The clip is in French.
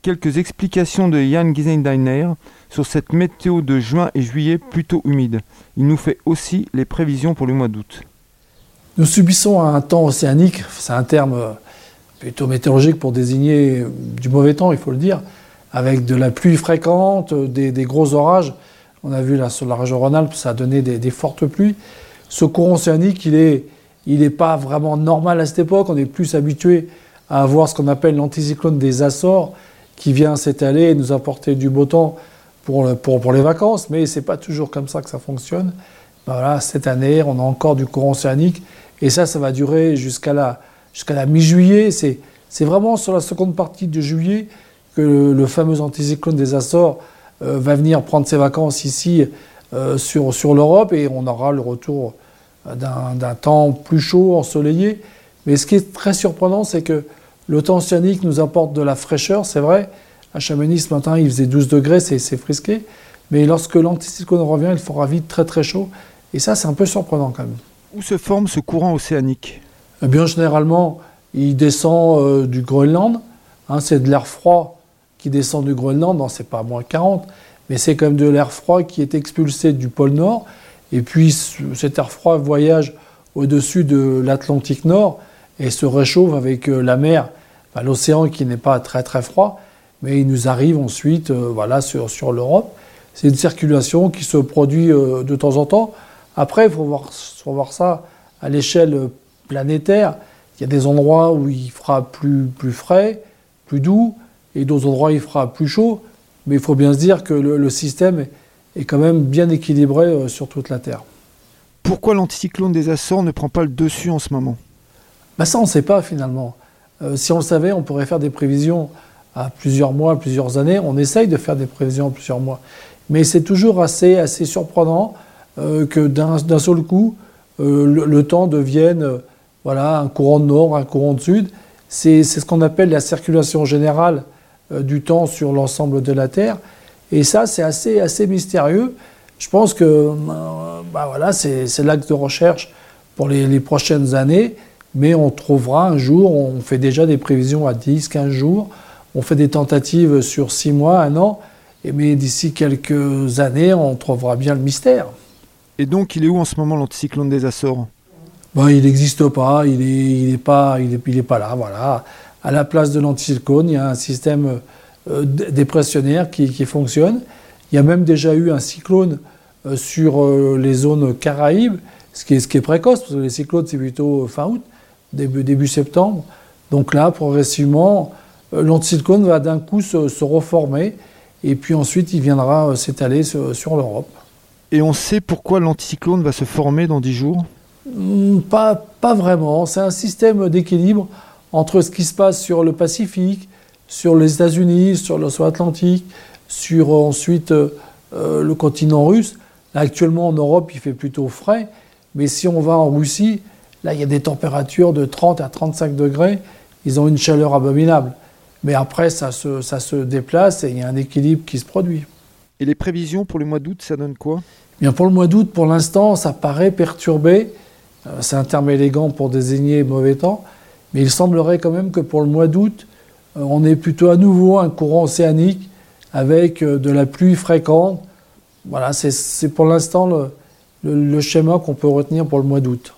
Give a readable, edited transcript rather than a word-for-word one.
Quelques explications de Jan Giesendiner sur cette météo de juin et juillet plutôt humide. Il nous fait aussi les prévisions pour le mois d'août. Nous subissons un temps océanique, c'est un terme plutôt météorologique pour désigner du mauvais temps, il faut le dire, avec de la pluie fréquente, des gros orages. On a vu là sur la région Rhône-Alpes, ça a donné des fortes pluies. Ce courant océanique, il est pas vraiment normal à cette époque. On est plus habitué à avoir ce qu'on appelle l'anticyclone des Açores, qui vient s'étaler et nous apporter du beau temps pour les vacances. Mais c'est pas toujours comme ça que ça fonctionne. Ben voilà, cette année, on a encore du courant océanique. Et ça va durer jusqu'à la mi-juillet. C'est vraiment sur la seconde partie de juillet que le fameux anticyclone des Açores va venir prendre ses vacances ici sur l'Europe, et on aura le retour d'un temps plus chaud, ensoleillé. Mais ce qui est très surprenant, c'est que le temps océanique nous apporte de la fraîcheur, c'est vrai. À Chamonix, ce matin, il faisait 12 degrés, c'est frisqué. Mais lorsque l'anticyclone revient, il fera vite très très chaud. Et ça, c'est un peu surprenant quand même. Où se forme ce courant océanique ? Eh bien, généralement, il descend du Groenland. C'est de l'air froid qui descend du Groenland. Non, c'est pas moins 40, mais c'est quand même de l'air froid qui est expulsé du pôle Nord. Et puis, cet air froid voyage au-dessus de l'Atlantique Nord et se réchauffe avec la mer, l'océan qui n'est pas très très froid, mais il nous arrive ensuite sur l'Europe. C'est une circulation qui se produit de temps en temps. Après, il faut voir ça à l'échelle planétaire. Il y a des endroits où il fera plus frais, plus doux, et d'autres endroits où il fera plus chaud. Mais il faut bien se dire que le système est quand même bien équilibré sur toute la Terre. Pourquoi l'anticyclone des Açores ne prend pas le dessus en ce moment ? Ça, on ne sait pas finalement. Si on le savait, on pourrait faire des prévisions à plusieurs mois, plusieurs années. On essaye de faire des prévisions à plusieurs mois. Mais c'est toujours assez surprenant que d'un seul coup, le temps devienne un courant de nord, un courant de sud. C'est ce qu'on appelle la circulation générale du temps sur l'ensemble de la Terre. Et ça, c'est assez mystérieux. Je pense que c'est l'axe de recherche pour les prochaines années. Mais on trouvera un jour, on fait déjà des prévisions à 10, 15 jours. On fait des tentatives sur 6 mois, 1 an. Mais d'ici quelques années, on trouvera bien le mystère. Et donc, il est où en ce moment l'anticyclone des Açores ? Il n'existe pas, il est pas là, voilà. À la place de l'anticyclone, il y a un système dépressionnaire qui fonctionne. Il y a même déjà eu un cyclone sur les zones Caraïbes, ce qui est précoce, parce que les cyclones, c'est plutôt fin août, début septembre. Donc là, progressivement, l'anticyclone va d'un coup se reformer, et puis ensuite, il viendra s'étaler sur l'Europe. Et on sait pourquoi l'anticyclone va se former dans 10 jours ? Pas vraiment. C'est un système d'équilibre entre ce qui se passe sur le Pacifique, sur les États-Unis, sur l'océan Atlantique, sur ensuite le continent russe. Là, actuellement, en Europe, il fait plutôt frais. Mais si on va en Russie, là, il y a des températures de 30 à 35 degrés. Ils ont une chaleur abominable. Mais après, ça se déplace et il y a un équilibre qui se produit. Et les prévisions pour le mois d'août, ça donne quoi ? Bien, pour le mois d'août, pour l'instant, ça paraît perturbé. C'est un terme élégant pour désigner mauvais temps. Mais il semblerait quand même que pour le mois d'août, on ait plutôt à nouveau un courant océanique avec de la pluie fréquente. Voilà, c'est pour l'instant le schéma qu'on peut retenir pour le mois d'août.